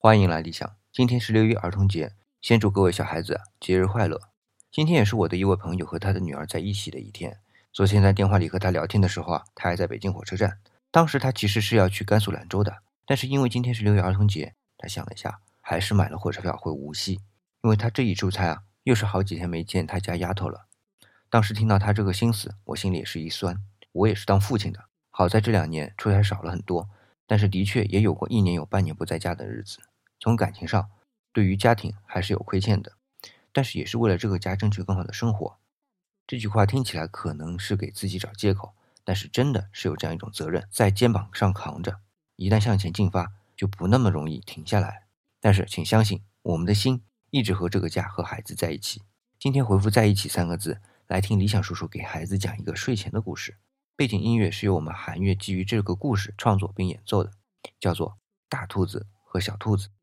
欢迎来理想。今天是6月儿童节，先祝各位小孩子节日快乐。今天也是我的一位朋友和他的女儿在一起的一天。昨天在电话里和他聊天的时候他还在北京火车站。当时他其实是要去甘肃兰州的，但是因为今天是6月儿童节，他想了一下，还是买了火车票回无锡。因为他这一出差又是好几天没见他家丫头了。当时听到他这个心思，我心里也是一酸。我也是当父亲的，好在这2年出差少了很多，但是的确也有过1年有半年不在家的日子。从感情上，对于家庭还是有亏欠的，但是也是为了这个家争取更好的生活。这句话听起来可能是给自己找借口，但是真的是有这样一种责任在肩膀上扛着，一旦向前进发，就不那么容易停下来。但是请相信，我们的心一直和这个家和孩子在一起。今天回复在一起3个字，来听理想叔叔给孩子讲一个睡前的故事。背景音乐是由我们韩乐基于这个故事创作并演奏的，叫做大兔子和小兔子。